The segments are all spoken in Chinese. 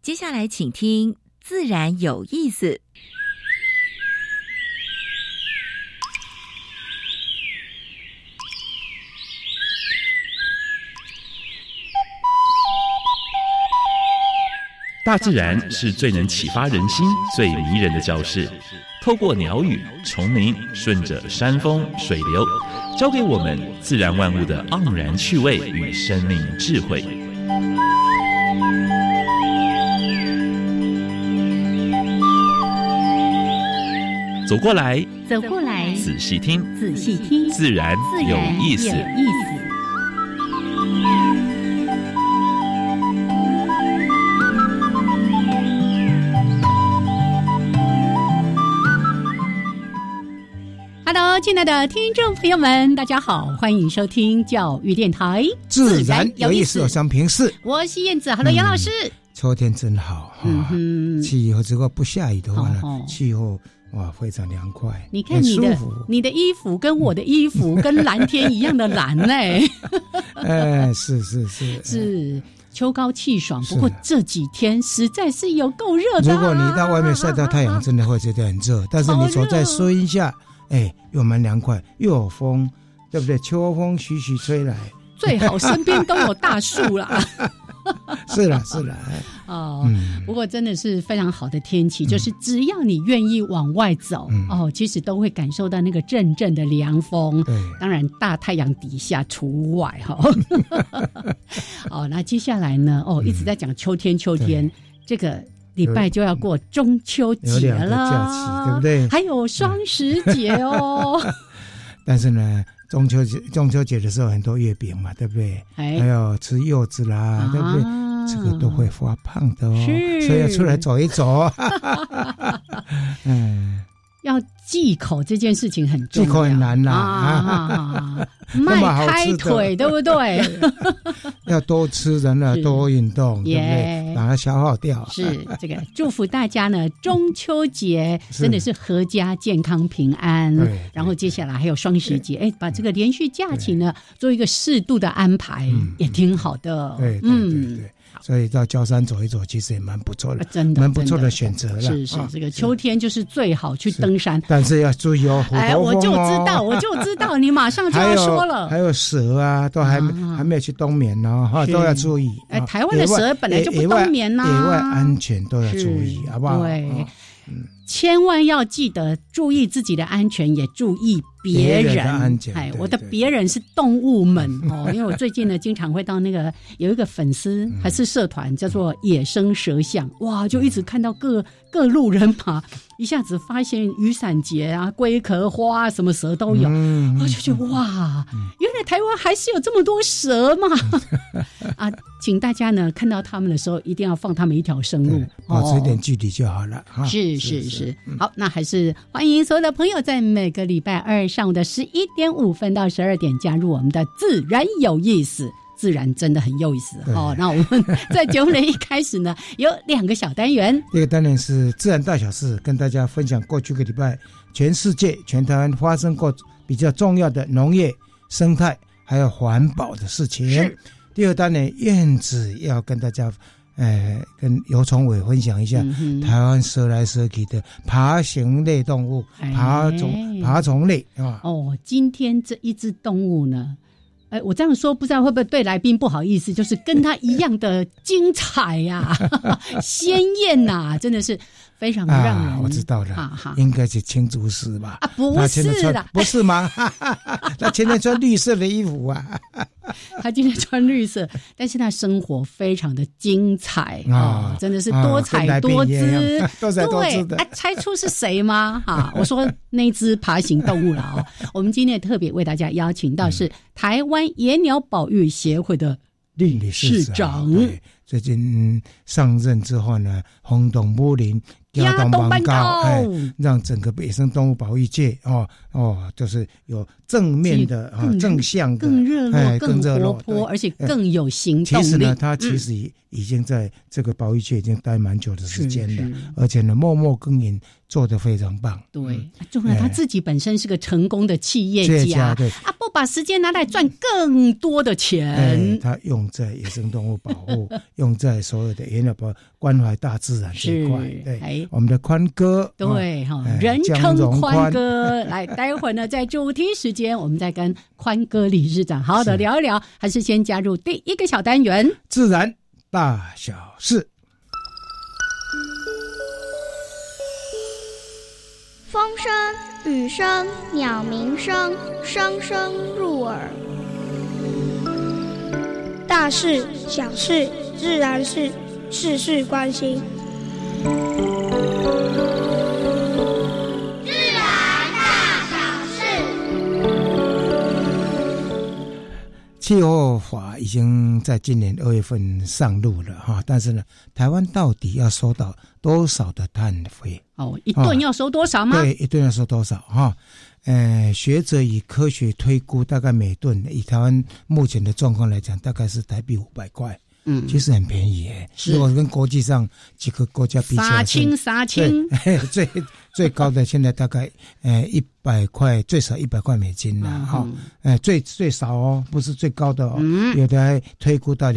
接下来请听自然有意思。 大自然是最能启发人心、最迷人的教室。透过鸟语、虫鸣，顺着山峰、水流，教给我们自然万物的盎然趣味与生命智慧。走过来， 走过来， 仔细听， 仔细听， 自然有意思。 Hello， 亲爱的听众朋友们，大家好，欢迎收听教育电台自然有意思，我想平视， 我是燕子。Hello， 杨老师。 秋天真好，气候如果不下雨的话呢，气候哇非常凉快。 你看你的衣服跟我的衣服跟蓝天一样的蓝嘞。是。秋高气爽，不过这几天实在是有够热的。 如果你到外面晒到太阳，真的会觉得很热。但是你走在树荫下，又蛮凉快，又有风，对不对？秋风徐徐吹来， 最好身边都有大树啦。 是啦。 不过真的是非常好的天气，就是只要你愿意往外走，其实都会感受到那个阵阵的凉风。当然大太阳底下除外那接下来呢？一直在讲秋天，这个礼拜就要过中秋节了， 假期对不对？ 还有双十节哦。 但是呢，中秋节的时候很多月饼嘛，对不对？还有吃柚子啦，对不对？这个都会发胖的哦，所以要出来走一走。 要忌口这件事情很重要， 忌口很难啦。 迈开腿，对不对？ 要多吃人了，多运动，对不对？把它消耗掉。 是这个，祝福大家呢，中秋节真的是阖家健康平安。然后接下来还有双十节，把这个连续假期呢做一个适度的安排，也挺好的。 对。所以到郊山走一走，其实也蛮不错的， 真的， 蛮不错的选择了。 是，这个秋天就是最好去登山， 但是要注意虎头蜂我就知道，你马上就要说了。 还有蛇啊，都还没有去冬眠哦，都要注意。 台湾的蛇本来就不冬眠呐， 野外安全都要注意，好不好？ 对。千万要记得注意自己的安全，也注意别人的安全。 我的别人是动物们因为我最近呢经常会到那个有一个粉丝还是社团叫做野生蛇巷，哇，就一直看到各路人马，一下子发现雨伞节啊、龟壳花什么蛇都有，我就觉得哇，原来台湾还是有这么多蛇嘛。请大家呢看到他们的时候一定要放他们一条生路， 保持一点距离就好了。 是。好，那还是欢迎所有的朋友在每个礼拜二上午的11:05分到12点加入我们的自然有意思。自然真的很有意思那我们在节目的一开始呢有2个小单元。 第一个单元是自然大小事，跟大家分享过去个礼拜全世界全台湾发生过比较重要的农业、生态还有环保的事情。第二单元燕子要跟大家跟游崇伟分享一下台湾蛇来蛇去的爬行类动物，爬虫类今天这一只动物呢，我这样说不知道会不会对来宾不好意思，就是跟它一样的精彩呀、鲜艳呐，真的是非常让人我知道了，应该是青竹丝吧？ 不是啦， 不是吗？他今天穿绿色的衣服啊。 他今天穿绿色，但是他生活非常的精彩真的是多彩多姿。对，猜出是谁吗？我说那只爬行动物了我们今天特别为大家邀请到是台湾野鸟保育协会的理事长。 最近上任之后呢，轰动武林，压动蛮高，让整个野生动物保育界就是有正面的正向的， 更热络、更活泼，而且更有行动力。 其实呢，他其实已经在这个保育界已经待蛮久的时间了，而且呢，默默耕耘，做得非常棒。对， 重要他自己本身是个成功的企业家，对不把时间拿来赚更多的钱。 他用在野生动物保护。 用在所有的原来关怀大自然这一块。对，我们的宽哥， 对哈，人称宽哥。来，待会儿呢，在主题时间，我们再跟宽哥理事长好好的聊一聊，还是先加入第一个小单元—— 自然大小事。 风声、雨声、鸟鸣声，声声入耳。大事、小事、自然事，事事关心。自然大小事。 气候法已经在今年2月份上路了哈，但是呢，台湾到底要收到多少的碳费？ 一吨要收多少吗？ 对，一吨要收多少哈？学者以科学推估，大概每吨以台湾目前的状况来讲，大概是台币500块。其实很便宜耶。如果跟国际上几个国家比起来， 杀青， 最高的现在大概100块，最少100块美金了哈。最少哦，不是最高的哦，有的还推估到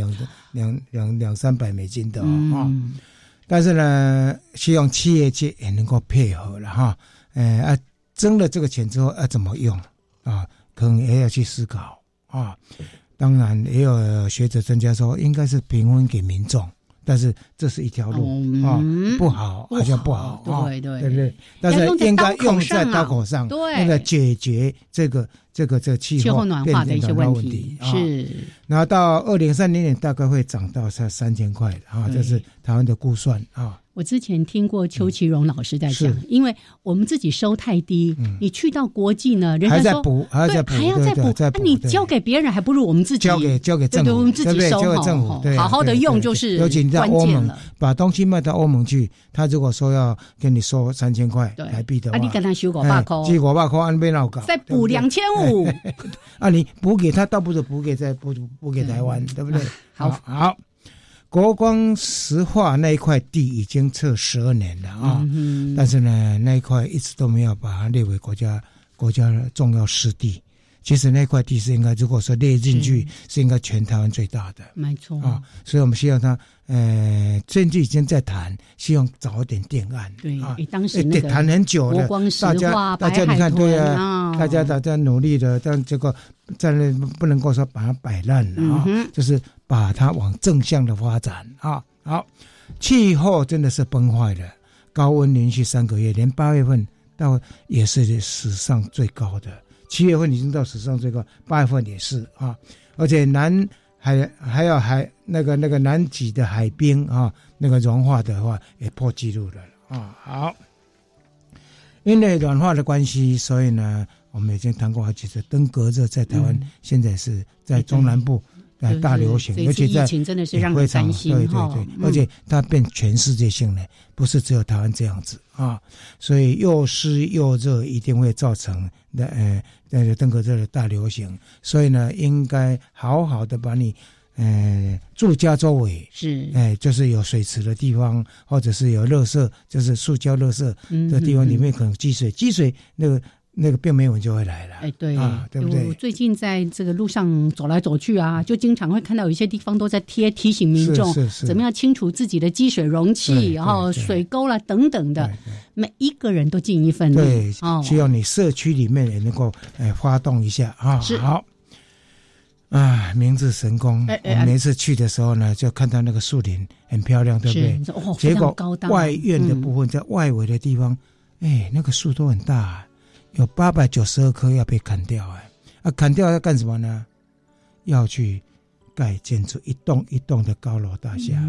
200-300美金的哦。但是呢，希望企业界也能够配合了哈。征了这个钱之后要怎么用啊？可能也要去思考啊。当然也有学者专家说应该是平分给民众，但是这是一条路不好，好像不好， 对不对？但是应该用在刀口上， 对， 应该解决这个气候暖化的一些问题是。 然后到2030年大概会涨到3000块啊，这是台湾的估算啊。 我之前听过邱其荣老师在讲，因为我们自己收太低，你去到国际呢，人家说还要再补， 那你交给别人还不如我们自己交给政府， 对，我们自己收， 交给政府， 好好的用就是尤其你在欧盟，把东西卖到欧盟去，他如果说要跟你收3000块台币的话， 你跟他收500块， 收500块，按边老搞， 再补2500， 你补给他，倒不如补给台湾，对不对？好。国光石化那一块地已经测12年了啊，但是呢，那一块一直都没有把它列为国家的重要湿地。其实那块地是应该，如果说列进去，是应该全台湾最大的， 没错啊。所以我们希望他，最近已经在谈，希望早一点定案。 对啊，当时那个谈很久了， 国光石化、 大家你看，对啊，大家努力的，但这个在那不能够说把它摆烂了啊，就是把它往正向的发展啊。好，气候真的是崩坏了，高温连续3个月，连8月份到也是史上最高的。7月份已经到史上最高，8月份也是啊，而且还有那个南极的海冰啊，那个融化的话也破纪录了啊。好，因为暖化的关系，所以呢，我们已经谈过好几次，登革热在台湾现在是在中南部大流行，而且在疫情真的是让人担心， 对，而且它变全世界性的，不是只有台湾这样子啊，所以又湿又热，一定会造成登革热的大流行，所以呢，应该好好的把你住家周围是就是有水池的地方，或者是有垃圾，就是塑胶垃圾的地方，里面可能积水那个病媒蚊就会来了， 对啊，对不对？ 我最近在这个路上走来走去啊，就经常会看到有一些地方都在贴提醒民众怎么样清除自己的积水容器，然后水沟啦等等的，每一个人都尽一份力。 对，希望你社区里面也能够发动一下啊。好啊，明治神宫，我每次去的时候呢，就看到那个树林很漂亮，对不对？结果外院的部分，在外围的地方，那个树都很大。有892棵要被砍掉砍掉要干什么呢？要去盖建筑一栋一栋的高楼大厦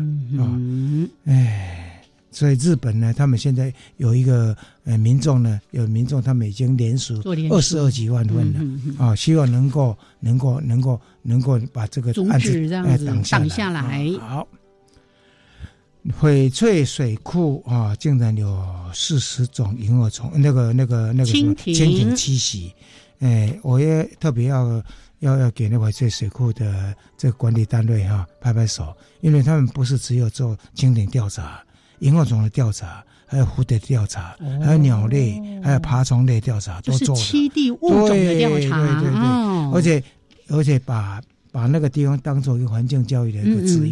所以日本呢，他们现在有一个民众他们已经连署22几万份了希望能够把这个案子挡下来。好。翡翠水库竟然有40种萤火虫，那个蜻蜓栖息，我也特别要给那翡翠水库的这个管理单位拍拍手，因为他们不是只有做蜻蜓调查、萤火虫的调查，还有蝴蝶的调查，还有鸟类，还有爬虫类调查，都做了。 就是栖地物种的调查， 对，而且把那个地方当做一个环境教育的一个资源。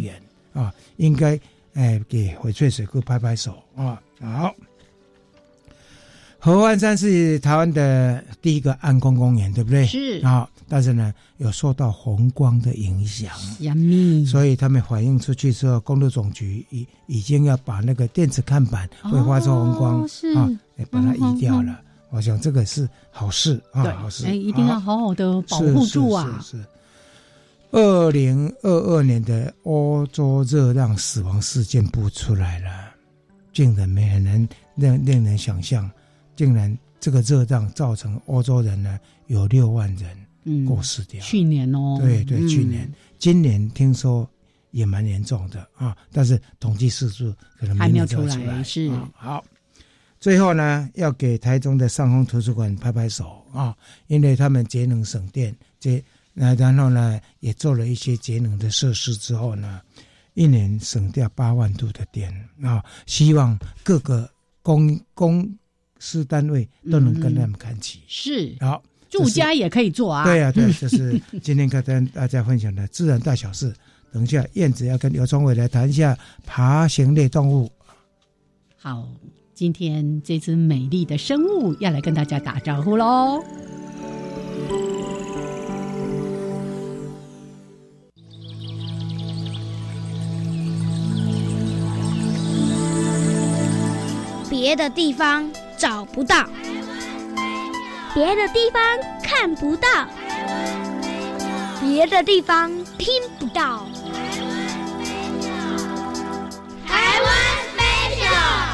啊，应该给翡翠水库拍拍手啊。好，合欢山是台湾的第一个暗光公园，对不对？ 是啊，但是呢，有受到红光的影响，所以他们反映出去之后，公路总局已经要把那个电子看板会发出红光把它移掉了。我想这个是好事啊，好事。 一定要好好的保护住啊。 是。2022年的欧洲热浪死亡事件簿出来了，竟然很难令人想象。竟然这个热浪造成欧洲人呢有6万人过世掉。 去年对，去年，今年听说也蛮严重的啊，但是统计数字可能还没有出来。是好，最后呢要给台中的上峰图书馆拍拍手啊，因为他们节能省电，然后呢也做了一些节能的设施之后呢，一年省掉8万度的电啊，希望各个公司单位都能跟他们看齐。 是， 好， 住家也可以做啊。 对，这是今天跟大家分享的自然大小事。等一下，燕子要跟刘聪伟来谈一下爬行类动物。 好，今天这只美丽的生物要来跟大家打招呼喽。 别的地方找不到，别的地方看不到，别的地方听不到。台湾 Special。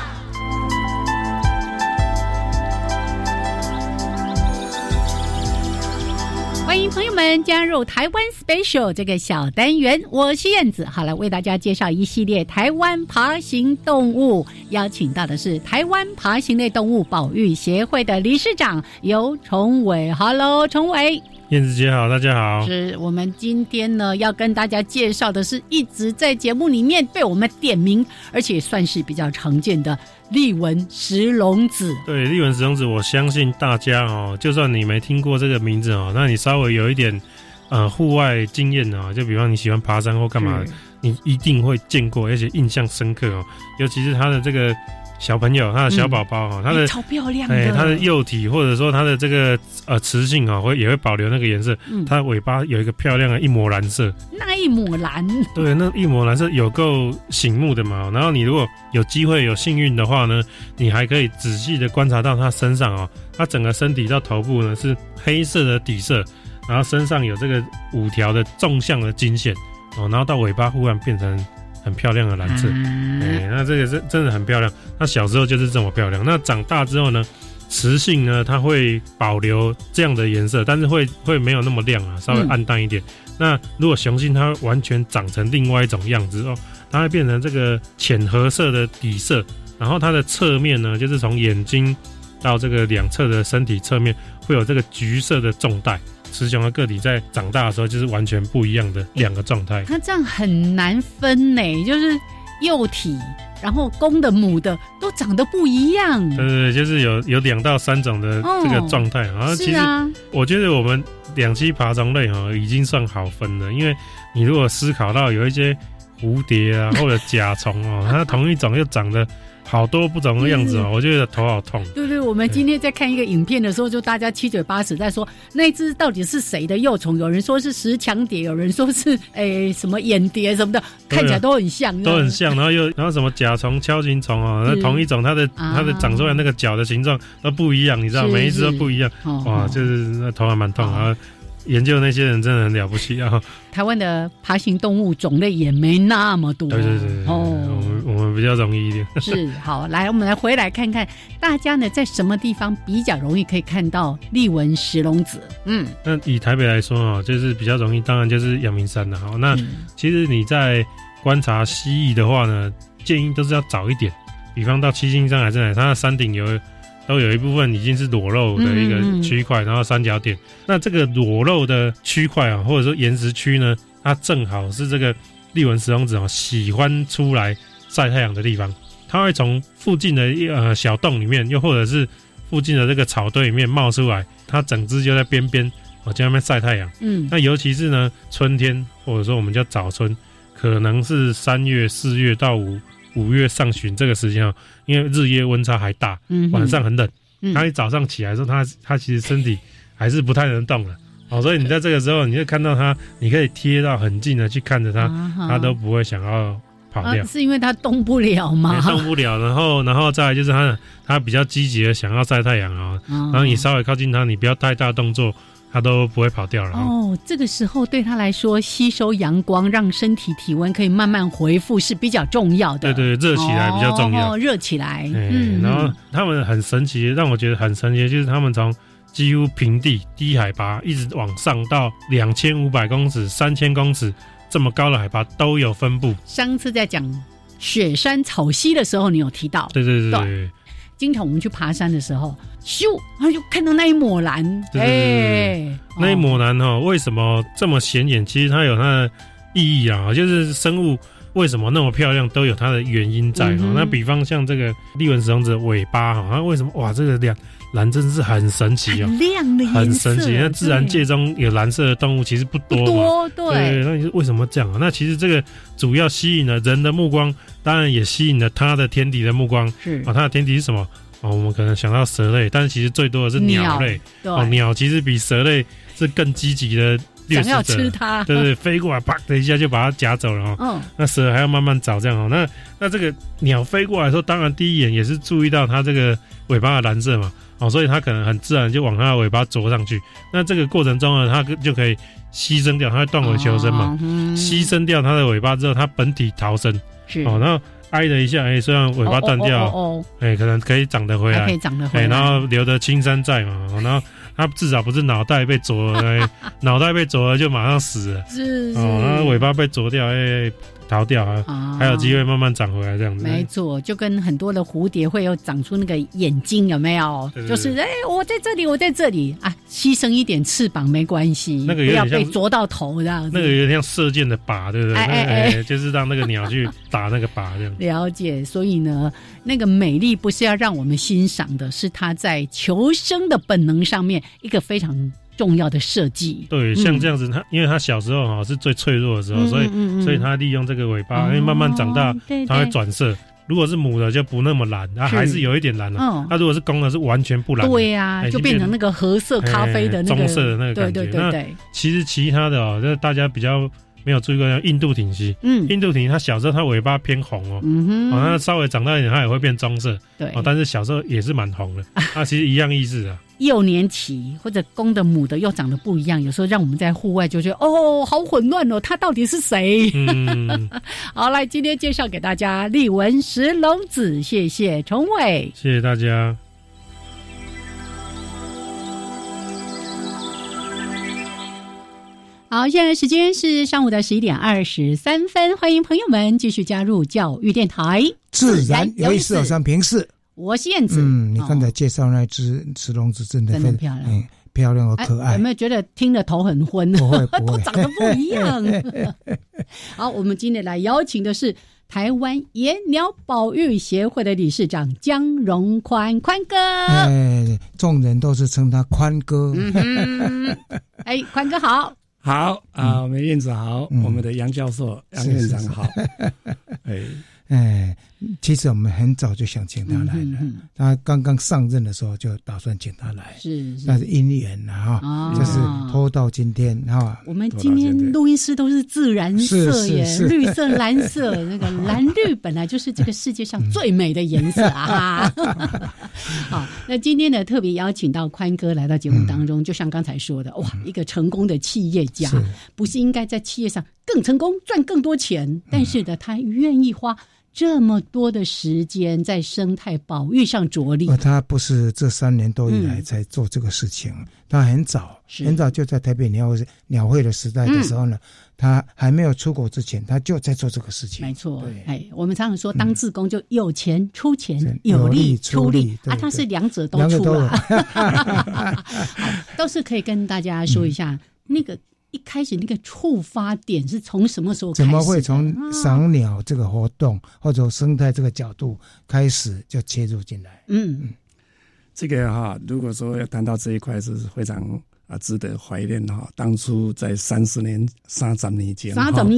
欢迎朋友们加入台湾 Special 这个小单元，我是燕子。好了，为大家介绍一系列台湾爬行动物，邀请到的是台湾爬行类动物保育协会的理事长游崇伟。Hello， 崇伟。 燕子姐好，大家好。 是我们今天呢要跟大家介绍的是一直在节目里面被我们点名，而且算是比较常见的丽纹石龙子。 对，丽纹石龙子，我相信大家就算你没听过这个名字那你稍微有一点户外经验就比方你喜欢爬山或干嘛，你一定会见过，而且印象深刻尤其是他的这个小朋友，他的小宝宝他的超漂亮的， 他的幼体或者说他的这个雌性也会保留那个颜色，它的尾巴有一个漂亮的一抹蓝色， 那一抹蓝， 对，那一抹蓝色有够醒目的嘛。然后你如果有机会有幸运的话呢，你还可以仔细的观察到它身上它整个身体到头部呢是黑色的底色，然后身上有这个5条的纵向的经线然后到尾巴忽然变成很漂亮的蓝色，那这个是真的很漂亮。那小时候就是这么漂亮，那长大之后呢，雌性呢它会保留这样的颜色，但是会没有那么亮稍微暗淡一点。那如果雄性它完全长成另外一种样子它会变成这个浅褐色的底色，然后它的侧面呢，就是从眼睛到这个两侧的身体侧面会有这个橘色的重带。雌雄的个体在长大的时候就是完全不一样的两个状态。 它这样很难分呢，就是幼体，然后公的母的都长得不一样。 对，就是有2到3种的这个状态。然后其实我觉得我们两栖爬虫类已经算好分了，因为你如果思考到有一些蝴蝶啊或者甲虫它同一种又长得好多不同的样子我觉得头好痛。 对，我们今天在看一个影片的时候，就大家七嘴八舌在说那只到底是谁的幼虫，有人说是石墙蝶，有人说是什么眼蝶什么的，看起来都很像， 都很像。然后什么甲虫、锹形虫那同一种，它的长出来那个脚的形状都不一样，你知道，每一只都不一样。哇，就是那头还蛮痛研究那些人真的很了不起台湾的爬行动物种类也没那么多。 对，我们比较容易一点。 是，好，来，我们来回来看看大家呢在什么地方比较容易可以看到丽纹石龙子。 那以台北来说就是比较容易，当然就是阳明山了那其实你在观察蜥蜴的话呢，建议都是要早一点，比方到七星山还是哪，它的山顶都有一部分已经是裸露的一个区块，然后三角点。那这个裸露的区块或者说岩石区呢，它正好是这个丽纹石龙子喜欢出来晒太阳的地方。它会从附近的小洞里面，又或者是附近的这个草堆里面冒出来，它整只就在边边在那边晒太阳。那尤其是呢春天，或者说我们叫早春， 可能是3月、4月到5月上旬这个时间因为日夜温差还大，晚上很冷，它一早上起来的时候，它其实身体还是不太能动了。所以你在这个时候，你就看到它，你可以贴到很近的去看着它，它都不会想要跑掉。 是因为它动不了吗？ 动不了，然后再来就是它比较积极的想要晒太阳然后你稍微靠近它，你不要太大动作，它都不会跑掉了。 这个时候对它来说，吸收阳光，让身体体温可以慢慢恢复是比较重要的。 对，热起来比较重要。 热起来。 然后他们很神奇，让我觉得很神奇，就是他们从几乎平地低海拔一直往上到2500公尺、3000公尺这么高的海拔都有分布。 上次在讲雪山草溪的时候，你有提到。 对。 经常我们去爬山的时候，咻，然后就看到那一抹蓝。 那一抹蓝为什么这么显眼？其实它有它的意义就是生物为什么那么漂亮，都有它的原因在。那比方像这个利纹石龙子的尾巴它为什么哇这个蓝真是很神奇很亮的颜色， 很神奇。那自然界中有蓝色的动物其实不多嘛，对。那你说为什么这样那其实这个主要吸引了人的目光，当然也吸引了它的天敌的目光。是它的天敌是什么？我们可能想到蛇类，但是其实最多的是鸟类。鸟其实比蛇类是更积极的掠食者， 想要吃它。 对，飞过来啪的一下就把它夹走了那蛇还要慢慢找这样那这个鸟飞过来的时候，当然第一眼也是注意到它这个尾巴的蓝色嘛所以它可能很自然就往它的尾巴啄上去。那这个过程中呢，它就可以牺牲掉，它会断尾求生嘛，牺牲掉它的尾巴之后，它本体逃生。是然后挨了一下，虽然尾巴断掉，可能可以长得回来， 可以长得回来， 然后留得青山在嘛，然后它至少不是脑袋被啄了，脑袋被啄了就马上死了，是然后尾巴被啄掉，逃掉还有机会慢慢长回来这样子。 没错，就跟很多的蝴蝶会有长出那个眼睛，有没有？对就是我在这里，我在这里牺牲一点翅膀没关系， 那个不要被啄到头这样子。 那个有点像射箭的靶，对不对？就是让那个鸟去打那个靶这样。 了解，所以呢，那个美丽不是要让我们欣赏的，是它在求生的本能上面一个非常重要的设计。 对，像这样子，因为他小时候是最脆弱的时候，所以他利用这个尾巴，因为慢慢长大，他会转色。如果是母的就不那么蓝，它还是有一点蓝的。它如果是公的，是完全不蓝的。 对呀，就变成那个褐色咖啡的那个棕色的那个感觉。对。其实其他的就是大家比较没有注意过，像印度挺蜥。印度挺蜥它小时候它尾巴偏红它稍微长大一点它也会变棕色。对。但是小时候也是蛮红的。它其实一样意思啊。 幼年期或者公的母的又长得不一样，有时候让我们在户外就觉得好混乱它到底是谁？好，来今天介绍给大家利纹石龙子，谢谢崇伟， 谢谢大家。 好，现在时间是上午的11:23，欢迎朋友们继续加入教育电台， 自然有意思有声评视。 我是燕子。 你刚才介绍那只石龙子真的很漂亮， 漂亮和可爱。 有没有觉得听了头很昏？ 不会， 都长得不一样。好，我们今天来邀请的是台湾野鸟保育协会的理事长江荣宽，宽哥。 众人都是称他宽哥。 宽哥好。 好我们燕子好，我们的杨教授、杨院长好。 其实我们很早就想请他来了，他刚刚上任的时候就打算请他来，但是因缘就是拖到今天我们今天录音室都是自然色耶，绿色、蓝色，那个蓝绿本来就是这个世界上最美的颜色好，那今天呢特别邀请到宽哥来到节目当中，就像刚才说的，一个成功的企业家，不是应该在企业上更成功赚更多钱，但是呢他愿意花这么多的时间在生态保育上着力。 他不是这3年多以来才做这个事情，他很早就在台北鸟会的时代的时候呢，他还没有出国之前，他就在做这个事情。 没错，我们常常说当志工就有钱出钱，有力出力他是两者都出都是可以跟大家说一下那个一开始那个触发点是从什么时候开始？ 怎么会从赏鸟这个活动或者生态这个角度开始就切入进来？ 这个如果说要谈到这一块是非常值得怀念哈。当初在30年前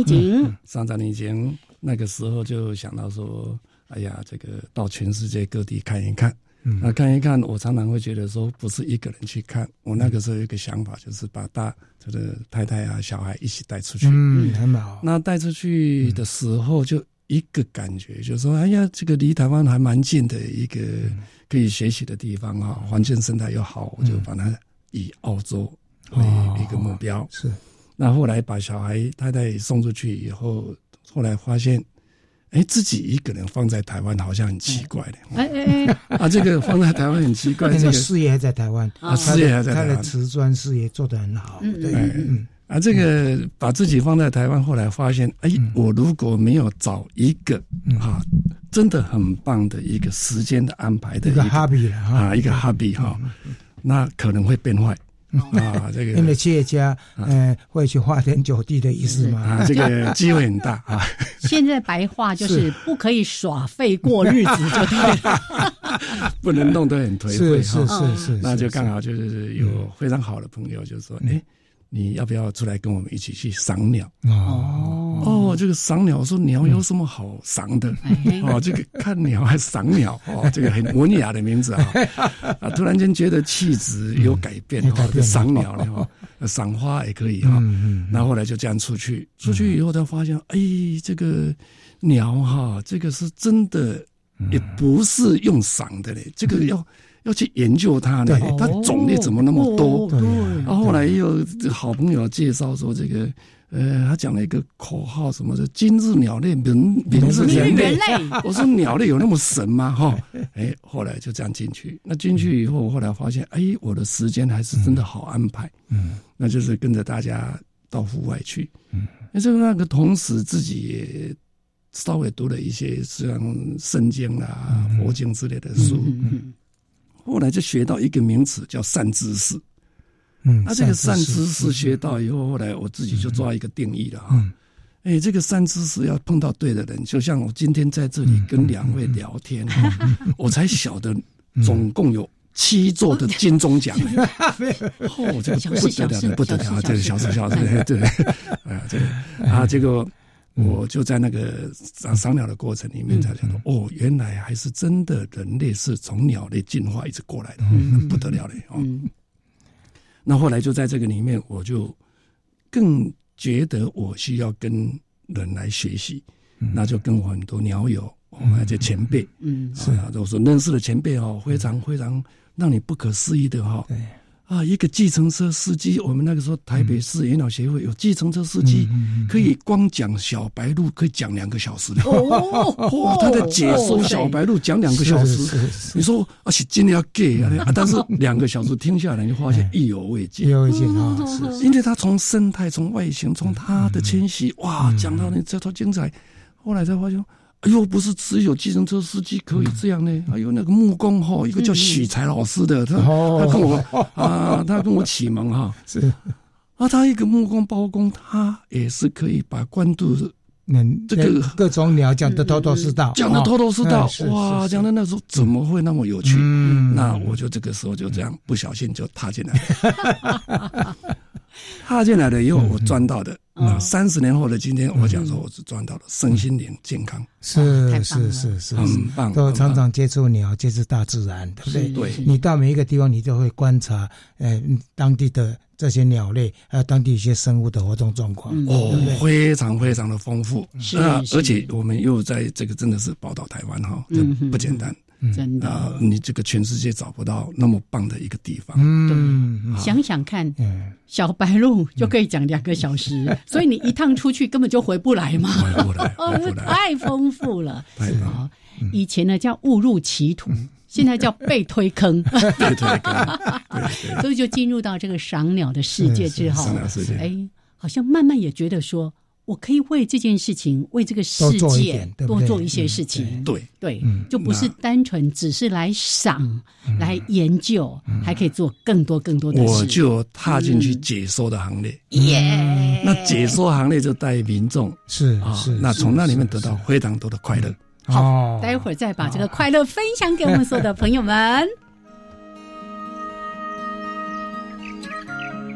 那个时候就想到说，哎呀，这个到全世界各地看一看。那看一看，我常常会觉得说，不是一个人去看。我那个时候有一个想法，就是把这个太太啊、小孩一起带出去。 很好。 那带出去的时候，就一个感觉，就是说，哎呀，这个离台湾还蛮近的一个可以学习的地方啊，环境生态又好，我就把它以澳洲为一个目标。 是。那后来把小孩太太送出去以后，后来发现。自己一个人放在台湾好像很奇怪的。这个放在台湾很奇怪。 这个事业还在台湾， 事业还在台湾， 他的瓷砖事业做得很好。 这个把自己放在台湾，后来发现，我如果没有找一个真的很棒的一个时间的安排的一个 hobby 了一个 hobby 那可能会变坏。这个因为企业家会去花天酒地的意思嘛， 这个机会很大啊。 现在白话就是不可以耍废过日子就对了， 不能弄得很颓废。 是， 那就刚好就是有非常好的朋友就说，你要不要出来跟我们一起去赏鸟？这个赏鸟，我说鸟有什么好赏的？这个看鸟还赏鸟，这个很文雅的名字啊！突然间觉得气质有改变，赏鸟了赏花也可以那后来就这样出去以后才发现，这个鸟这个是真的，也不是用赏的嘞，这个要去研究它呢，它种类怎么那么多？后来又好朋友介绍说这个。他讲了一个口号，什么的今日鸟类，明日人类。我说鸟类有那么神吗？后来就这样进去。那进去以后，后来发现，我的时间还是真的好安排。那就是跟着大家到户外去。那个同时自己也稍微读了一些像圣经啦、佛经之类的书。后来就学到一个名词叫善知识。这个善知识学到以后，后来我自己就抓一个定义了这个善知识要碰到对的人，就像我今天在这里跟2位聊天，我才晓得总共有7座的金钟奖。这个不得了，不得了，这个小事，对，这个我就在那个赏鸟的过程里面才想到，原来还是真的人类是从鸟类进化一直过来的，不得了嘞那后来就在这个里面，我就更觉得我需要跟人来学习，那就跟我很多鸟友，这前辈，我说认识的前辈非常非常让你不可思议的一个计程车司机，我们那个时候台北市野鸟协会有计程车司机，可以光讲小白鹭可以讲2个小时的。他在解说小白鹭讲2个小时，你说是真的要给但是2个小时听下来，你发现意犹未尽，因为他从生态、从外形、从他的迁徙，讲到你这套精彩，后来才发现。不是只有计程车司机可以这样呢，还有那个木工一个叫许才老师的，他跟我他跟我启蒙是他一个木工包工，他也是可以把关渡这个各种鸟讲得头头是道， 讲得头头是道，讲的那时候怎么会那么有趣？那我就这个时候就这样不小心就踏进来了。踏进来了以后，我赚到的30年后的今天，我讲说我是赚到了身心灵健康， 是， 很棒。 都常常接触鸟，接触大自然，对不对？ 对， 你到每一个地方，你都会观察，当地的这些鸟类，还有当地一些生物的活动状况， 非常非常的丰富。而且我们又在这个真的是宝岛台湾这不简单。 真的你这个全世界找不到那么棒的一个地方。 想想看，小白鹭就可以讲2个小时，所以你一趟出去根本就回不来嘛。 回不来， 太丰富了。以前呢叫误入歧途，现在叫被推坑。 被推坑， 所以就进入到这个赏鸟的世界之后，好像慢慢也觉得说，我可以为这件事情，为这个世界多做一些事情。对，就不是单纯只是来赏、来研究，还可以做更多的事。 我就踏进去解说的行列。那解说行列就带民众是， 那从那里面得到非常多的快乐。 好，待会儿再把这个快乐分享给我们所有的朋友们。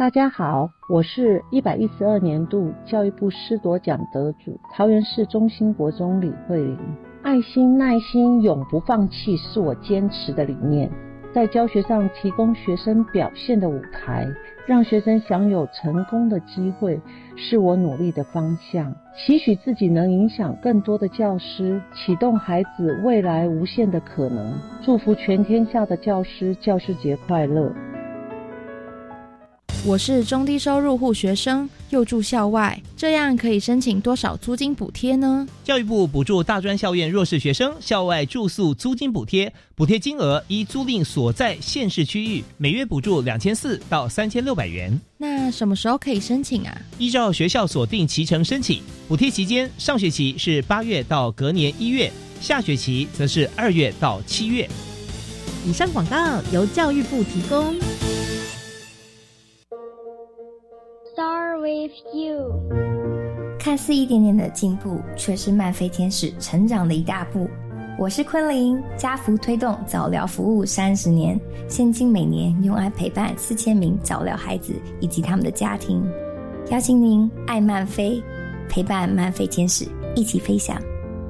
大家好，我是112年度教育部师铎奖得主桃园市中心国中李慧玲。爱心、耐心、永不放弃是我坚持的理念，在教学上提供学生表现的舞台，让学生享有成功的机会，是我努力的方向。期许自己能影响更多的教师，启动孩子未来无限的可能。祝福全天下的教师，教师节快乐。 我是中低收入户学生，又住校外，这样可以申请多少租金补贴呢？ 教育部补助大专校院弱势学生校外住宿租金补贴，补贴金额依租赁所在县市区域，每月补助2400到3600元。 那什么时候可以申请啊？ 依照学校所定期程申请，补贴期间上学期是8月到隔年1月，下学期则是2月到7月。 以上广告由教育部提供。 Star with you， 看似一点点的进步，却是慢飞天使成长的一大步。我是昆凌，家福推动早疗服务30年，现今每年用爱陪伴4000名早疗孩子以及他们的家庭。邀请您爱慢飞，陪伴慢飞天使一起飞翔。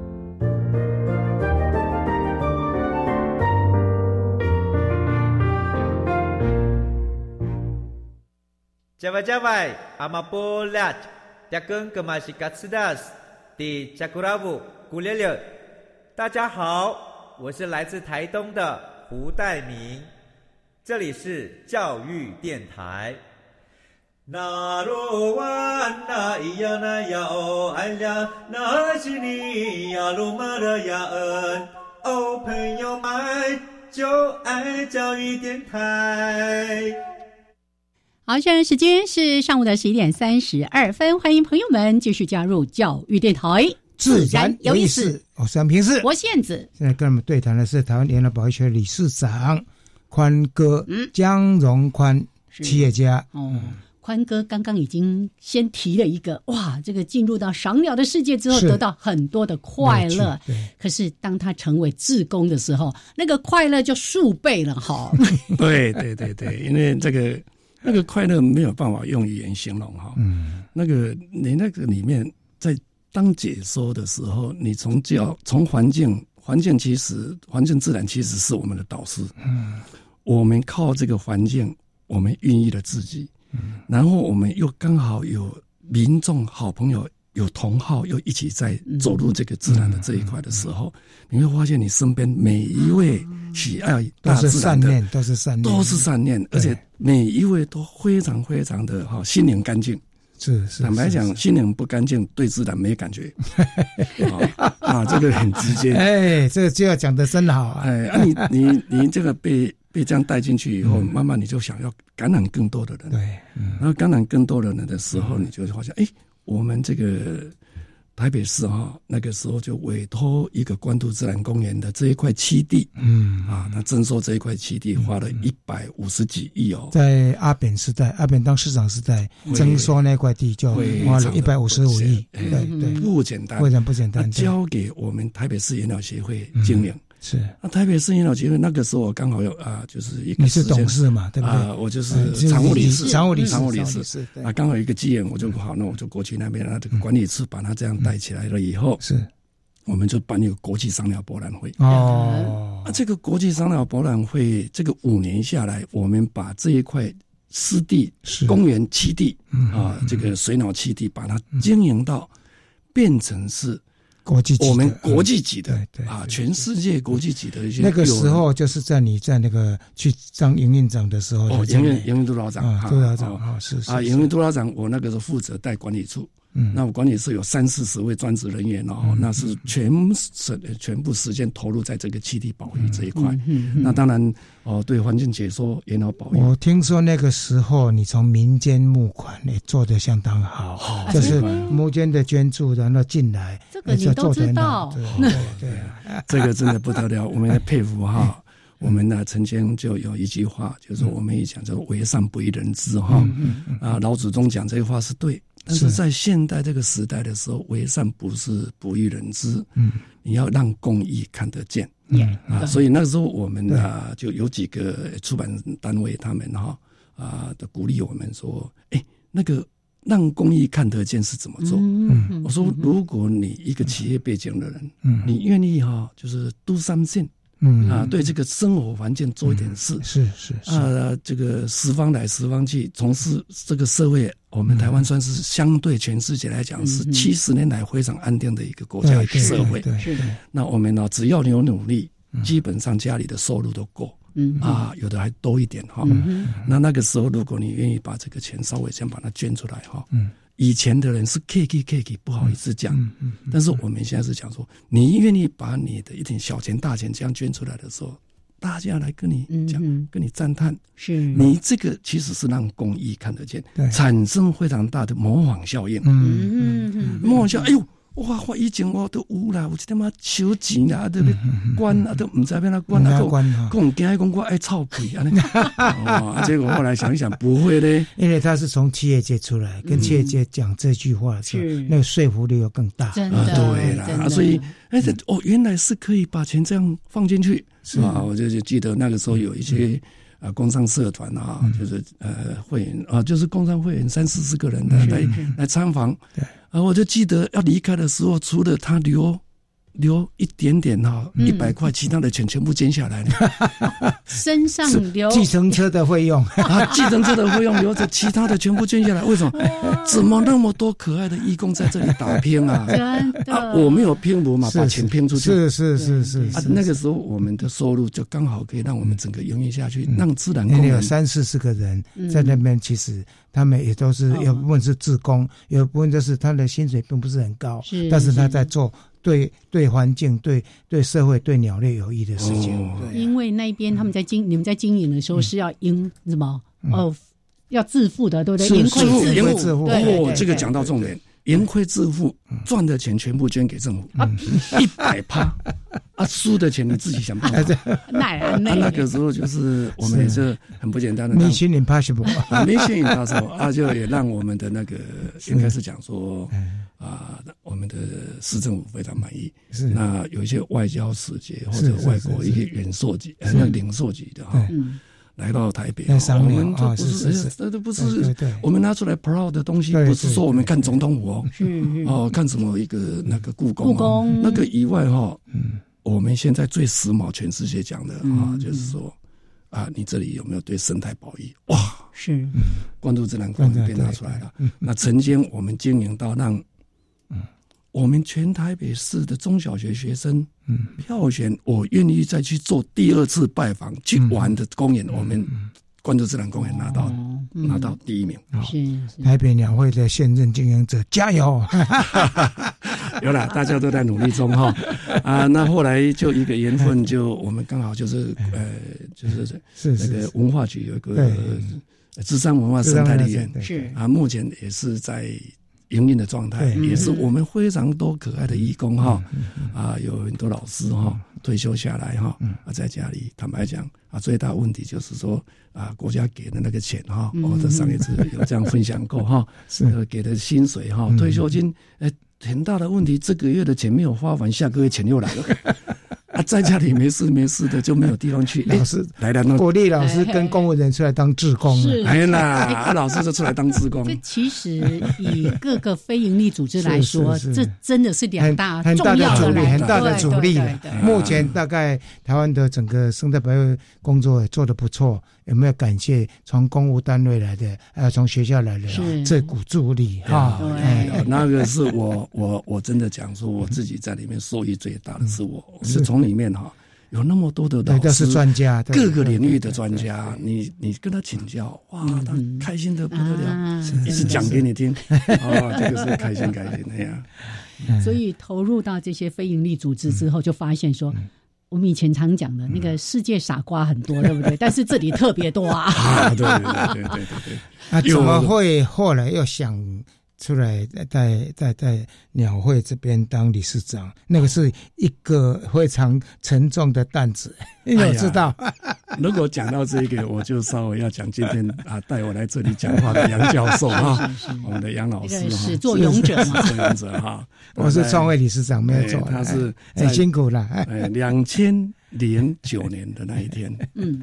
Java Amapolat Dakeng Kemashikatsidas di Jakuravu Gulele。大家好，我是来自台东的胡代明，这里是教育电台。那罗哇那咿呀那呀哦哎呀，那是你呀鲁玛的呀恩哦，朋友们就爱教育电台。 好，现在时间是上午的11:32，欢迎朋友们继续加入教育电台， 自然有意思。我是安平市， 我燕子。 现在跟我们对谈的是台湾联合保育学理事长宽哥，江荣宽企业家。 宽哥刚刚已经先提了一个，哇，这个进入到赏鸟的世界之后，得到很多的快乐。可是当他成为志工的时候，那个快乐就数倍了哈。 对，因为那个快乐没有办法用语言形容哈。那个你那个里面在当解说的时候，你从环境其实环境自然其实是我们的导师。我们靠这个环境，我们孕育了自己。然后我们又刚好有民众好朋友有同好又一起在走入这个自然的这一块的时候，你会发现你身边每一位喜爱大自然的都是善念， 而且每一位都非常非常的心灵干净。 是坦白讲，心灵不干净，对自然没感觉。这个很直接。 这个就要讲得真好啊！ 你这个被这样带进去以后，慢慢你就想要感染更多的人。 对， 然后感染更多的人的时候，你就会发现，我们这个台北市那个时候就委托一个关渡自然公园的这一块栖地，他征收这一块栖地花了150几亿哦。 在阿扁时代，阿扁当市长时代，征收那块地就花了155亿，对， 不简单， 非常不简单。 交给我们台北市野鸟协会经营。 是， 台北市野鸟协会那个时候我刚好有就是一个你是董事嘛，对不对？ 我就是常务理事，刚好有一个机缘，我就好，那我就过去那边，这个管理处把它这样带起来了以后，我们就办一个国际赏鸟博览会。这个国际赏鸟博览会，这个5年下来，我们把这一块湿地公园栖地这个水鸟栖地，把它经营到变成是我们国际级的全世界国际级的一些。 那个时候就是你在那个去当营运长的时候， 营运督导长， 是营运督导长，我那个时候负责带管理处。那我管理处有30-40位专职人员那是全部时间投入在这个栖地保育这一块。那当然对环境解说、野鸟保育。 我听说那个时候你从民间募款也做得相当好，就是民间的捐助然后进来， 这个你都知道。 对， 这个真的不得了，我们佩服哈。我们呢曾经就有一句话，就是我们一讲叫为善不欲人知老祖宗讲这句话是对。但是在现代这个时代的时候，为善不是不欲人知，你要让公益看得见。所以那个时候我们就有几个出版单位，他们的鼓励我们说，那个让公益看得见是怎么做？我说，如果你一个企业背景的人，你愿意就是 do something。对这个生活环境做一点事， 是这个十方来十方去，从事这个社会，我们台湾算是相对全世界来讲是70年来非常安定的一个国家一个社会。那我们呢，只要你有努力，基本上家里的收入都够。有的还多一点那个时候，如果你愿意把这个钱稍微先把它捐出来以前的人是 K 不好意思讲，但是我们现在是讲说，你愿意把你的一点小钱大钱这样捐出来的时候，大家来跟你讲，跟你赞叹， 是你这个其实是让公益看得见，产生非常大的模仿效应。模仿效应，哎呦，我以前我都有啦，有一点收钱啦，都要管啊，都唔知要哪管啊，讲惊讲我爱臭屁啊！结果后来想一想，不会嘞， 因为他是从企业界出来，跟企业界讲这句话的时候，那个说服力又更大。 真的， 对啦，所以原来是可以把钱这样放进去，是吧？我就记得那个时候有一些工商社团就是会员就是工商会员30-40个人的来参访，我就记得要离开的时候，除了他留一点点100块，其他的钱全部捐下来了。 身上留计程车的费用计程车的费用留着，其他的全部捐下来。为什么？怎么那么多可爱的义工在这里打拼啊？ 真的我没有拼搏嘛，把钱拼出去。 是那个时候我们的收入就刚好可以让我们整个营运下去，让自然工人有30-40个人在那边，其实他们也都是有部分是志工，有部分就是他的薪水并不是很高，但是他在做对环境、对社会、对鸟类有益的事情。 因为那边你们在经营的时候是要什么要自负的，对不对？盈亏自负。 这个讲到重点，盈亏自负，赚的钱全部捐给政府，100%输的钱你自己想办法。那个时候就是我们也是很不简单的 Mission Impossible，Mission Impossible 就也让我们的那个应该是讲说我们的市政府非常满意。那有一些外交使节或者外国一些远硕级、领授级的来到台北，我们就不是我们拿出来 proud 的东西，不是说我们看总统府看什么一个那个故宫那个以外我们现在最时髦，全世界讲的就是说你这里有没有对生态保育？哇， 是关注自然公园被拿出来了。那曾经我们经营到让我们全台北市的中小学学生票选，我愿意再去做第2次拜访去玩的公园，我们关注自然公园拿到第1名。 是台北鸟会的现任经营者，加油！ 有啦，大家都在努力中那后来就一个缘分，就我们刚好就是那个文化局有一个芝山文化生态园，目前也是在营运的状态，也是我们非常多可爱的义工有很多老师退休下来在家里，坦白讲最大问题就是说国家给的那个钱我在上一次有这样分享过给的薪水退休金很大的问题，这个月的钱没有花完，下个月钱又来了。在家里没事的就没有地方去。 老师来了，鼓励老师跟公务人出来当志工。 老师就出来当志工。 这其实以各个非营利组织来说，这真的是2大重要的很大的阻力了。目前大概台湾的整个生态保育工作也做得不错，有没有感谢从公务单位来的，还有从学校来的这股助力那个是我真的讲说，我自己在里面受益最大的是我是从里面有那么多的老师， 都是专家， 各个领域的专家，你跟他请教，哇，他开心的不得了，一直讲给你听，这个是开心那样。 所以投入到这些非营利组织之后，就发现说，我们以前常讲的那个世界傻瓜很多，对不对？但是这里特别多对。 怎么会后来又想出来在鸟会这边当理事长？那个是一个非常沉重的担子，你有知道？ 如果讲到这个，我就稍微要讲今天带我来这里讲话的杨教授我们的杨老师始作俑者我是创会理事长，没有错， 他是很辛苦了。 2009年的那一天，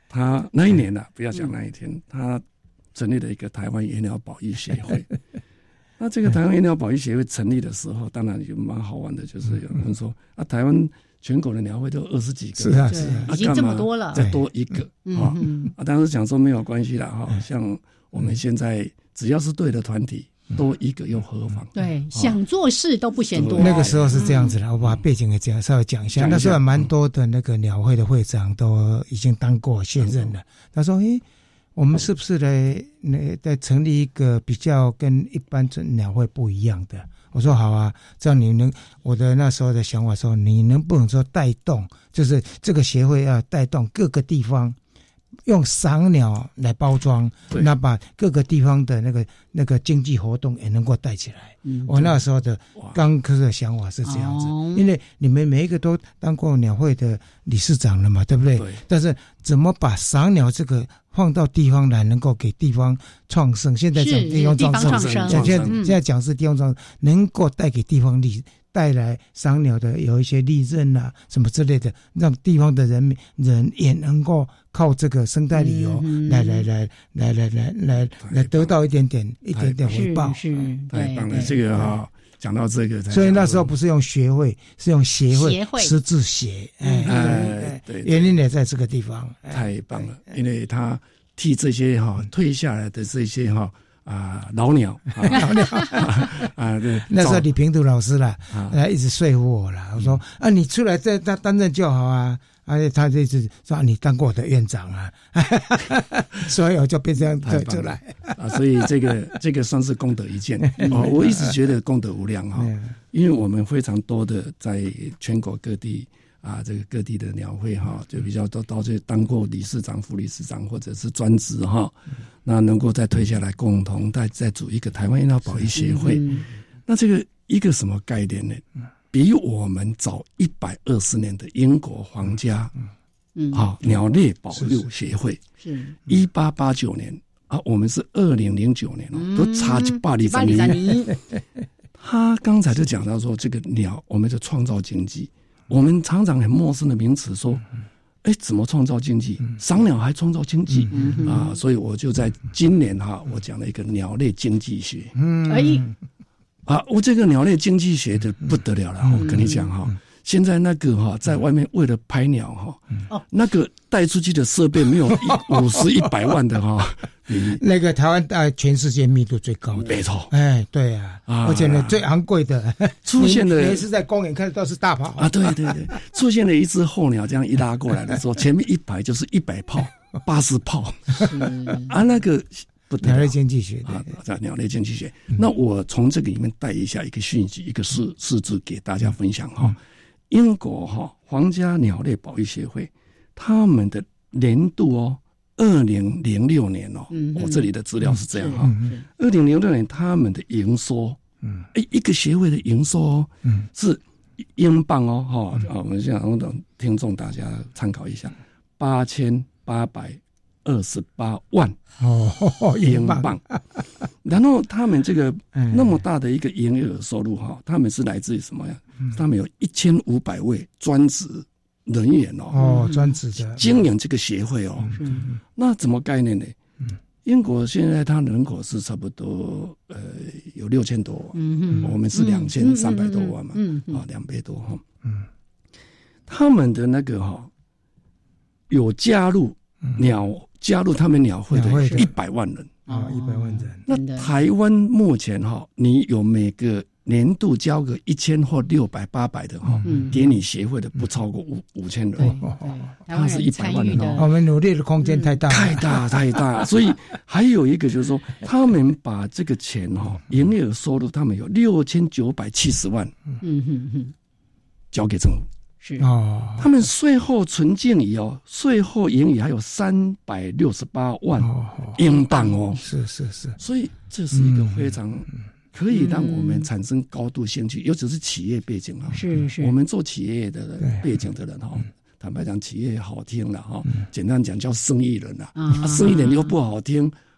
他那一年不要讲那一天，他成立了一个台湾野鸟保育协会。那这个台湾野鸟保育协会成立的时候，当然也蛮好玩的，就是有人说台湾全国的鸟会都20几个， 是啊， 已经这么多了， 再多一个当时讲说没有关系啦像我们现在只要是对的团体，多一个又何妨？ 对，想做事都不嫌多。 那个时候是这样子的，我把背景也稍微讲一下。那时候蛮多的那个鸟会的会长都已经当过现任了。他说：“我们是不是来成立一个比较跟一般鸟会不一样的？”我说：“好啊，这样我的那时候的想法说，你能不能说带动，就是这个协会要带动各个地方。”用赏鸟来包装，那把各个地方的那个经济活动也能够带起来。我那时候的刚开始的想法是这样子，因为你们每一个都当过鸟会的理事长了嘛，对不对？但是怎么把赏鸟这个放到地方来，能够给地方创生？现在讲地方创生，现在讲是地方创生，能够带给地方带来赏鸟的有一些利润啊，什么之类的，让地方的人也能够靠这个生态旅游来得到一点点回报。 是太棒了，这个讲到这个， 所以那时候不是用学会，是用协会十字协。对，原因也在这个地方。 太棒了，因为他替这些退下来的这些老鸟对， 那时候李平图老师啦，一直说服我啦。我说你出来再担任就好啊。他就一直说你当过我的院长啊，所以我就变这样出来所以这个算是功德一件我一直觉得功德无量因为我们非常多的在全国各地这个各地的鸟会就比较多到这当过理事长、副理事长或者是专职那能够再退下来，共同再组一个台湾野鸟保育协会。那这个一个什么概念呢？比我们早120年的英国皇家鸟类保育协会是1889年我们是2009年都差120年。他刚才就讲到说，这个鸟我们就创造经济。我们常常很陌生的名词说，怎么创造经济？赏鸟还创造经济所以我就在今年我讲了一个鸟类经济学。我这个鸟类经济学的不得了了，我跟你讲现在那个在外面为了拍鸟那个带出去的设备没有50、100万的那个台湾全世界密度最高的， 没错。 对啊，而且呢最昂贵的， 出现了每次在公园看到是大炮对，出现了一只候鸟这样一拉过来的时候，前面一排就是100炮、80炮那个。 鸟类经济学鸟类经济学。那我从这个里面带一下一个讯息，一个数字给大家分享英国皇家鸟类保育协会他们的年度2006年我这里的资料是这样2006年他们的营收一个协会的营收是英镑我们现在听众大家参考一下8828万英镑然后他们这个那么大的一个营业额收入他们是来自于什么呀？他们有1500位专职人员专职的经营这个协会那怎么概念呢？英国现在它人口是差不多有6000多万我们是2300多万嘛2倍多他们的那个有加入他们鸟会的100万人 100万人。 那台湾目前你有每个年度交个1000或600、800的给你协会的不超过5000人他是100万人我们努力的空间太大太大所以还有一个就是说，他们把这个钱营业额收入他们有6970万交给政府他们税后纯净余税后盈余还有368万英镑是， 所以这是一个非常可以让我们产生高度兴趣，尤其是企业背景是我们做企业的背景的人坦白讲，企业好听了简单讲叫生意人生意人又不好听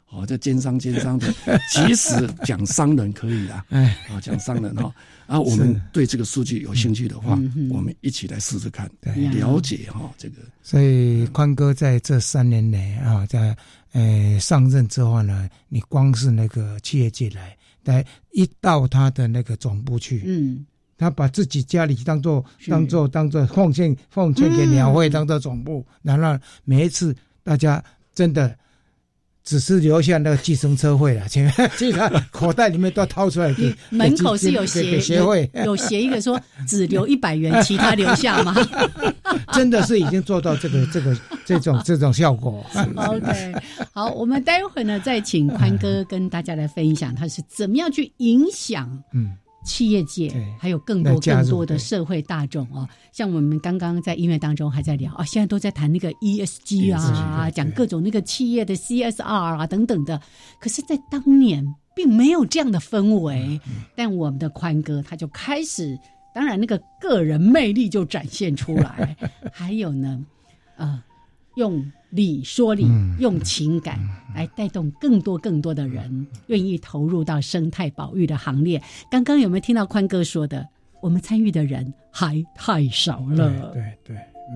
这奸商的，其实讲商人可以啦，讲商人哈。我们对这个数据有兴趣的话，我们一起来试试看，了解这个。 所以宽哥在这3年内在上任之后呢，你光是那个企业界来一到他的那个总部去，他把自己家里当做奉献给鸟会当做总部，然后每一次大家真的只是留下那个计程车费了，其他口袋里面都掏出来给门口是有写协会有写一个说只留100元，其他留下吗？ 真的是已经做到这种效果。 OK， 好，我们待会呢再请宽哥跟大家来分享他是怎么样去影响企业界还有更多的社会大众像我们刚刚在音乐当中还在聊现在都在谈那个 ESG 讲各种那个企业的 CSR 等等的，可是在当年并没有这样的氛围，但我们的宽哥他就开始，当然那个个人魅力就展现出来还有呢用理说理，用情感来带动更多的人愿意投入到生态保育的行列。刚刚有没有听到宽哥说的，我们参与的人还太少了。 对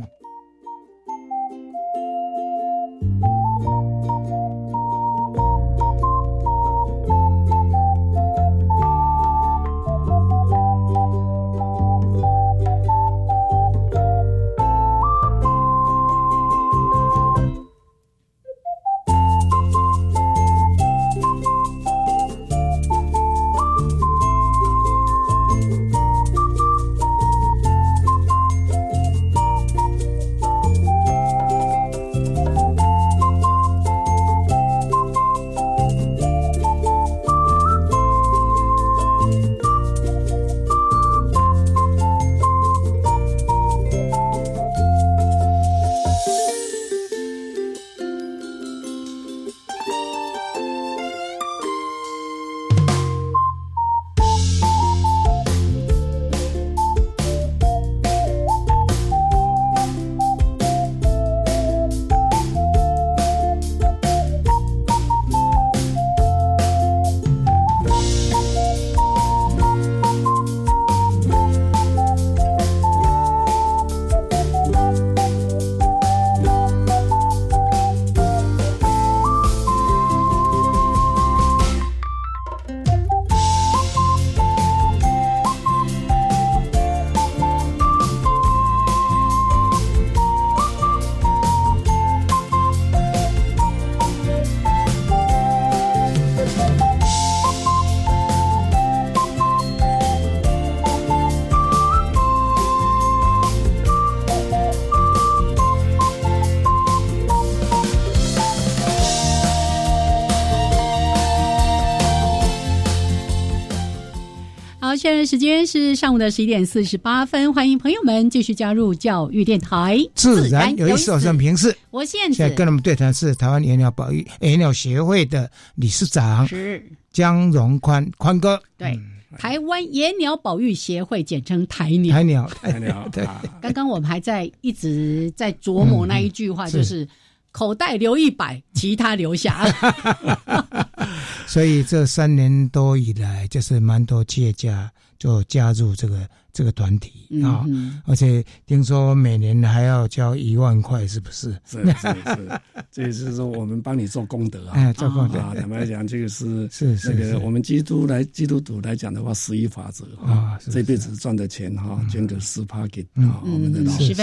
现在时间是上午的11点48分，欢迎朋友们继续加入教育电台， 自然有意思，我是平视， 我现在跟我们对谈是台湾野鸟保育野鸟协会的理事长是江荣宽哥， 对。台湾野鸟保育协会，简称台鸟。 对。 刚刚我们还一直在琢磨那一句话，就是口袋留100，其他留下。 所以这3年多以来，就是蛮多企业家就加入这个团体而且听说每年还要交1万块，是不是？ 是，这就是说我们帮你做功德做功德坦白讲，这个是那个我们基督徒来讲的话，11法则这辈子赚的钱捐个10%给我们的老师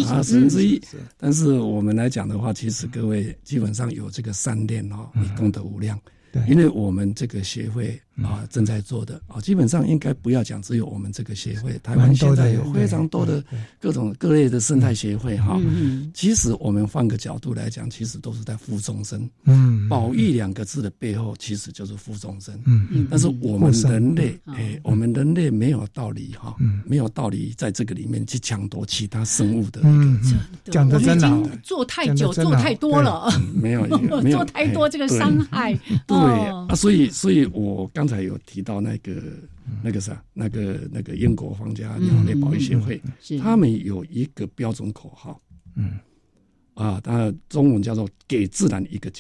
1/10， 但是我们来讲的话，其实各位基本上有这个善念你功德无量。因为我们这个协会正在做的基本上应该不要讲只有我们这个协会，台湾现在有非常多的各类的生态协会其实我们换个角度来讲，其实都是在护众生。保育2个字的背后其实就是护众生。但是我们人类没有道理没有道理在这个里面去抢夺其他生物的讲得真好， 做太久做太多了， 没有做太多这个伤害。 对所以我刚才有提到那个英国皇家鸟类保育协会，他们有一个标准口号，它中文叫做给自然一个家，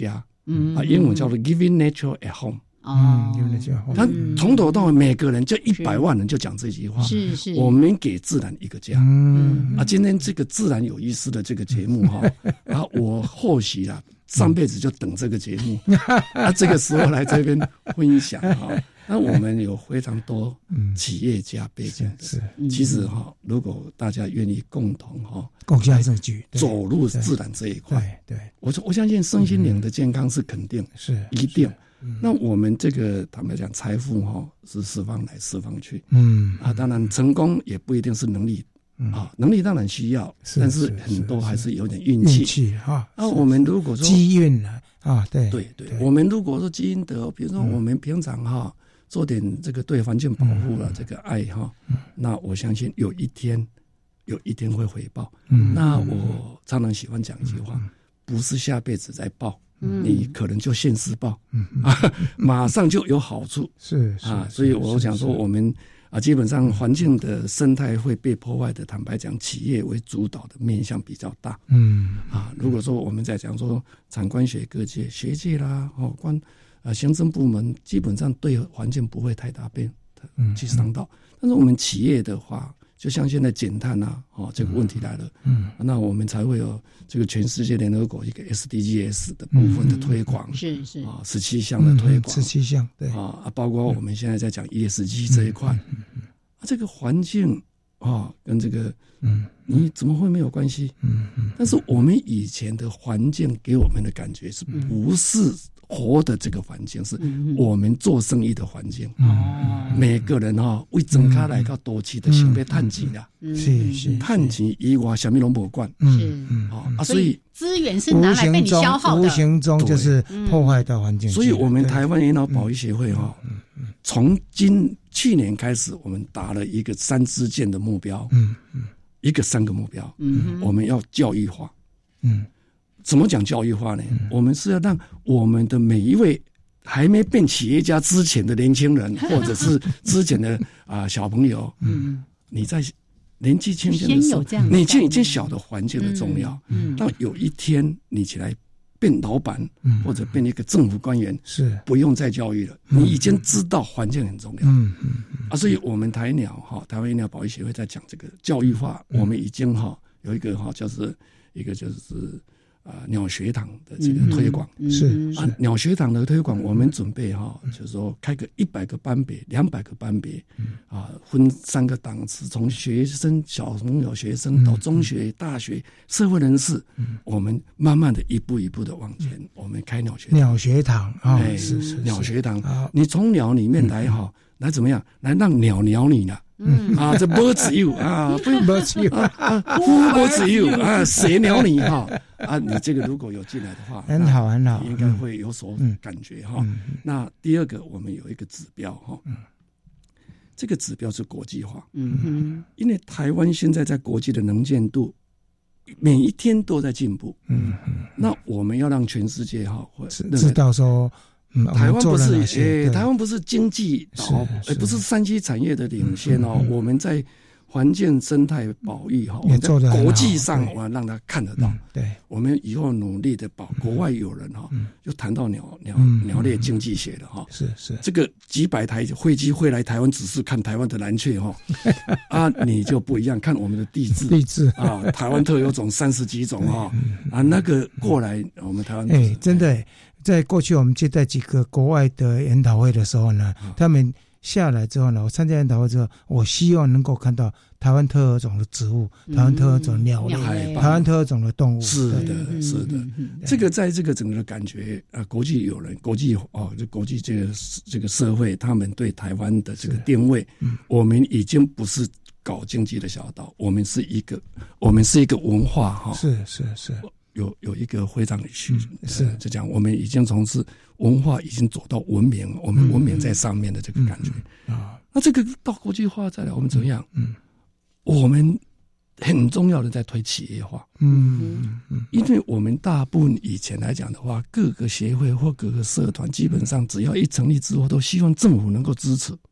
英文叫做 Giving Nature at Home。他从头到尾每个人就100万人就讲这句话， 是我们给自然一个家。今天这个自然有意思的这个节目我或许上辈子就等这个节目这个时候来这边分享那我们有非常多企业家背景的，其实如果大家愿意共同共享证据走入自然这一块，对，我相信身心灵的健康是肯定，是一定。那我们这个坦白讲，财富是四方来四方去，当然成功也不一定是能力能力当然需要，但是很多还是有点运气那我们如果说机运对， 我们如果说基因德，比如说我们平常做点这个对环境保护这个爱那我相信有一天会回报。那我常常喜欢讲一句话，不是下辈子再报。你可能就现世报，马上就有好处，所以我想说，我们基本上环境的生态会被破坏的，坦白讲，企业为主导的面向比较大。如果说我们在讲说产官学各界、学界啦，行政部门基本上对环境不会太大去伤到，但是我们企业的话，就像现在减碳这个问题来了，那我们才会有这个全世界联合国一个 SDGs 的部分的推广， 是 17项的推广 ，17项对包括我们现在在讲 ESG 这一块，这个环境跟这个你怎么会没有关系？但是我们以前的环境给我们的感觉是不是活的这个环境，是我们做生意的环境。每个人为增加来到多期的想要赚钱啦， 是赚钱以外什么都没管，所以资源是拿来被你消耗的， 无形中就是破坏到环境。 所以我们台湾研讨保育协会从去年开始，我们打了一个3支箭的目标，一个3个目标，我们要教育化，怎么讲教育化呢？我们是要让我们的每一位还没变企业家之前的年轻人，或者是之前的小朋友，你在年纪轻轻的时候，你已经晓得环境的重要。到有一天你起来变老板，或者变一个政府官员，是不用再教育了，你已经知道环境很重要。所以我们台湾野鸟保育协会在讲这个教育化，我们已经有一个就是一个就是鸟学堂的这个推广，鸟学堂的推广，我们准备就是说开个100个班别、200个班别，分3个档次，从学生、小朋友学生到中学、大学、社会人士，我们慢慢的一步一步的往前，我们开鸟学堂。 鸟学堂是鸟学堂，你从鸟里面来怎么样？来让鸟鸟你呢？这不只有不用不只有不只有谁鸟你你这个如果有进来的话， 很好很好， 应该会有所感觉那第二个，我们有一个指标这个指标是国际化，因为台湾现在在国际的能见度每一天都在进步，那我们要让全世界知道说。 台湾不是经济岛，不是3C产业的领先我们在环境生态保育我在国际上我让他看得到。对，我们以后努力的保国外有人又谈到鸟类经济学了是这个几百台飞机会来台湾，只是看台湾的蓝雀你就不一样，看我们的地质台湾特有种30几种那个过来我们台湾真的。在过去我们接待几个国外的研讨会的时候呢，他们下来之后呢，我参加研讨会之后，我希望能够看到台湾特有种的植物、台湾特有种鸟类、台湾特有种的动物。 是的，这个在这个整个的感觉国际友人、国际这个社会，他们对台湾的这个定位，我们已经不是搞经济的小岛，我们是一个文化是。 有一个非常就讲我们已经从事文化已经走到文明，我们文明在上面的这个感觉那这个到国际化再来，我们怎么样？我们很重要的在推企业化，因为我们大部分以前来讲的话，各个协会或各个社团基本上只要一成立之后，都希望政府能够支持，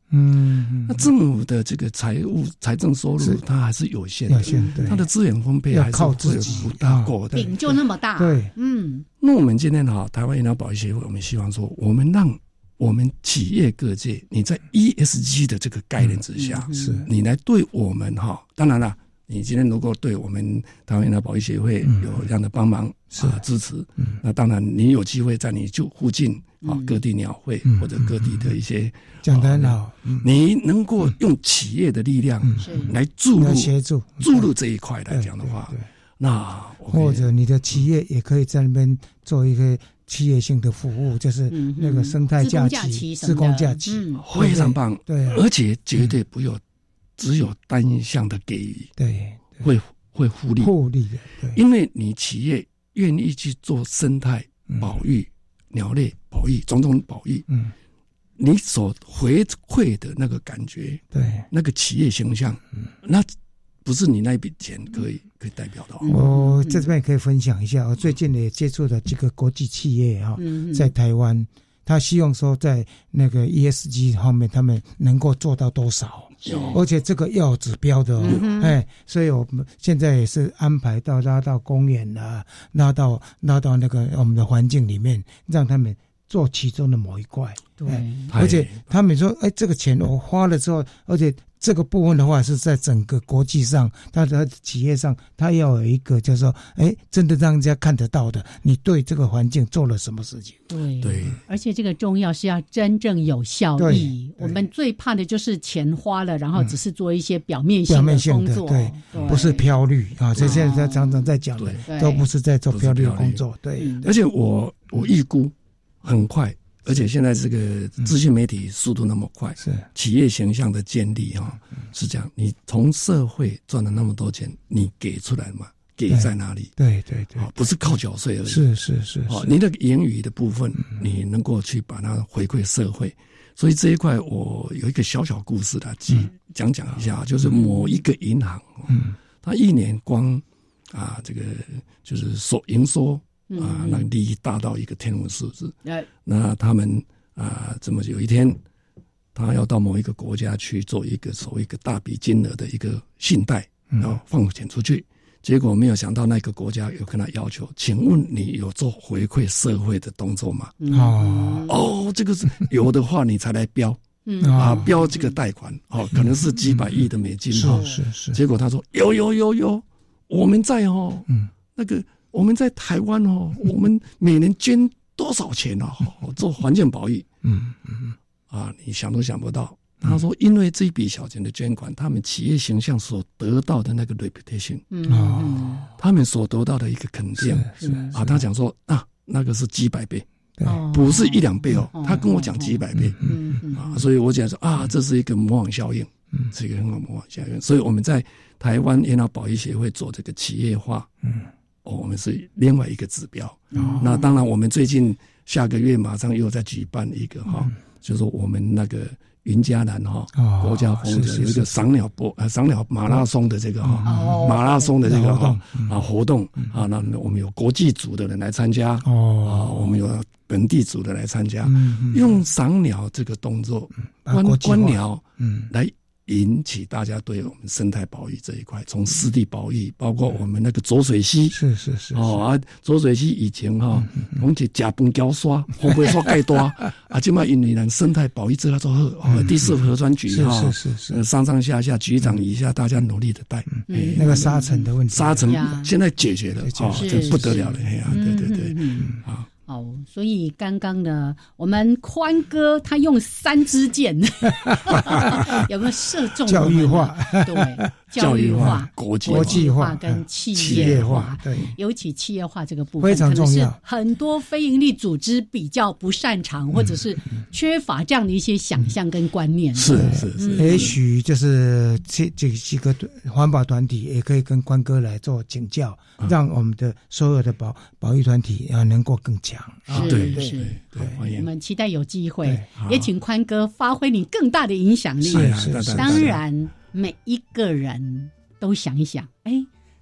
那政府的这个财政收入它还是有限的，它的资源分配还是靠自己不大够的， 饼就那么大。 对， 那我们今天台湾医疗保育协会，我们希望说，我们让我们企业各界，你在 ESG 的这个概念之下，是你来对我们当然了。你今天如果对我们台湾医疗保育协会有这样的帮忙支持，那当然你有机会在你就附近各地鸟会或者各地的一些讲得很好， 你能够用企业的力量来注入这一块来讲的话，那或者你的企业也可以在那边做一个企业性的服务，就是那个生态假期、志工假期， 非常棒。 对， 而且绝对只有单向的给予， 对， 会互利的，对， 因为你企业愿意去做生态保育、鸟类保育、种种保育，你所回馈的那个感觉， 对， 那个企业形象，那不是你那一笔钱可以代表的。 我在这边也可以分享一下，我最近也接触的几个国际企业在台湾，他希望说在那个 ESG 方面，他们能够做到多少。而且这个要有指标的所以我们现在也是安排拉到公园啦，拉到那个我们的环境里面，让他们做其中的某一块。对，而且他们说，这个钱我花了之后，而且这个部分的话是在整个国际上，它的企业上，它要有一个就是说，真的让人家看得到的，你对这个环境做了什么事情。 对， 而且这个中药是要真正有效益。我们最怕的就是钱花了，然后只是做一些表面性的工作， 对，不是飘绿啊。这现在常常在讲的，都不是在做飘绿的工作。对， 而且我预估很快。而且现在这个资讯媒体速度那么快， 是企业形象的建立是这样。你从社会赚了那么多钱，你给出来嘛？给在哪里？ 对， 不是靠缴税而已。 是。 你的言语的部分，你能够去把它回馈社会。所以这一块，我有一个小故事的，讲一下，就是某一个银行，它一年光这个就是营收。那个利益大到一个天文数字。那他们这么有一天，他要到某一个国家去做一个所谓一个大笔金额的一个信贷，然后放钱出去。结果没有想到那个国家有跟他要求，请问你有做回馈社会的动作吗？这个是有的话，你才来标。标这个贷款可能是几百亿的美金。 是。 结果他说有，我们在那个。我们在台湾我们每年捐多少钱做环境保育？你想都想不到。他说，因为这一笔小钱的捐款，他们企业形象所得到的那个 reputation，他们所得到的一个肯定他讲说那个是几百倍，不是1-2倍他跟我讲几百倍所以我讲说这是一个模仿效应，是一个很好模仿效应。所以我们在台湾医疗保育协会做这个企业化，我们是另外一个指标。那当然，我们最近下个月马上又在举办一个就是我们那个云嘉南国家风有一个赏鸟马拉松的这个马拉松的这个活动那我们有国际组的人来参加我们有本地组的来参加，用赏鸟这个动作观鸟来引起大家对我们生态保育这一块，从湿地保育，包括我们那个浊水溪， 是浊水溪以前讲是假崩胶刷，会不会说盖多现在因为人生态保育这个做好，第4河川局是上下局长以下大家努力的带， 那个沙尘的问题， 沙尘现在解决了这不得了了，对所以刚刚呢，我们宽哥他用3支箭，有没有射中教育化？ 对，教育化、 国际化跟企业化。 对， 尤其企业化这个部分非常重要， 很多非营利组织比较不擅长，或者是缺乏这样的一些想象跟观念。 是。 也许就是这几个环保团体也可以跟宽哥来做请教，让我们的所有的保育团体能够更强。 对， 我们期待有机会，也请宽哥发挥你更大的影响力。 是， 当然每一个人都想一想，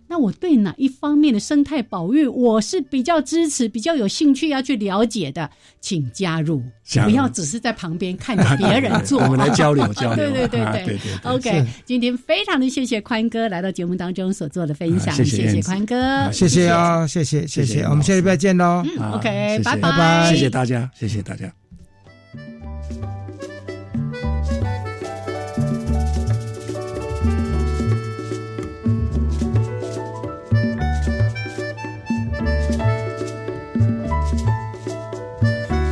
那我对哪一方面的生态保育我是比较支持、比较有兴趣要去了解的，请加入，不要只是在旁边看着别人做。 我们来交流交流。 对。OK， 今天非常的谢谢宽哥来到节目当中所做的分享，谢谢宽哥， 谢谢哦，谢谢，我们下礼拜见喽。 OK，拜拜， 谢谢大家，谢谢大家。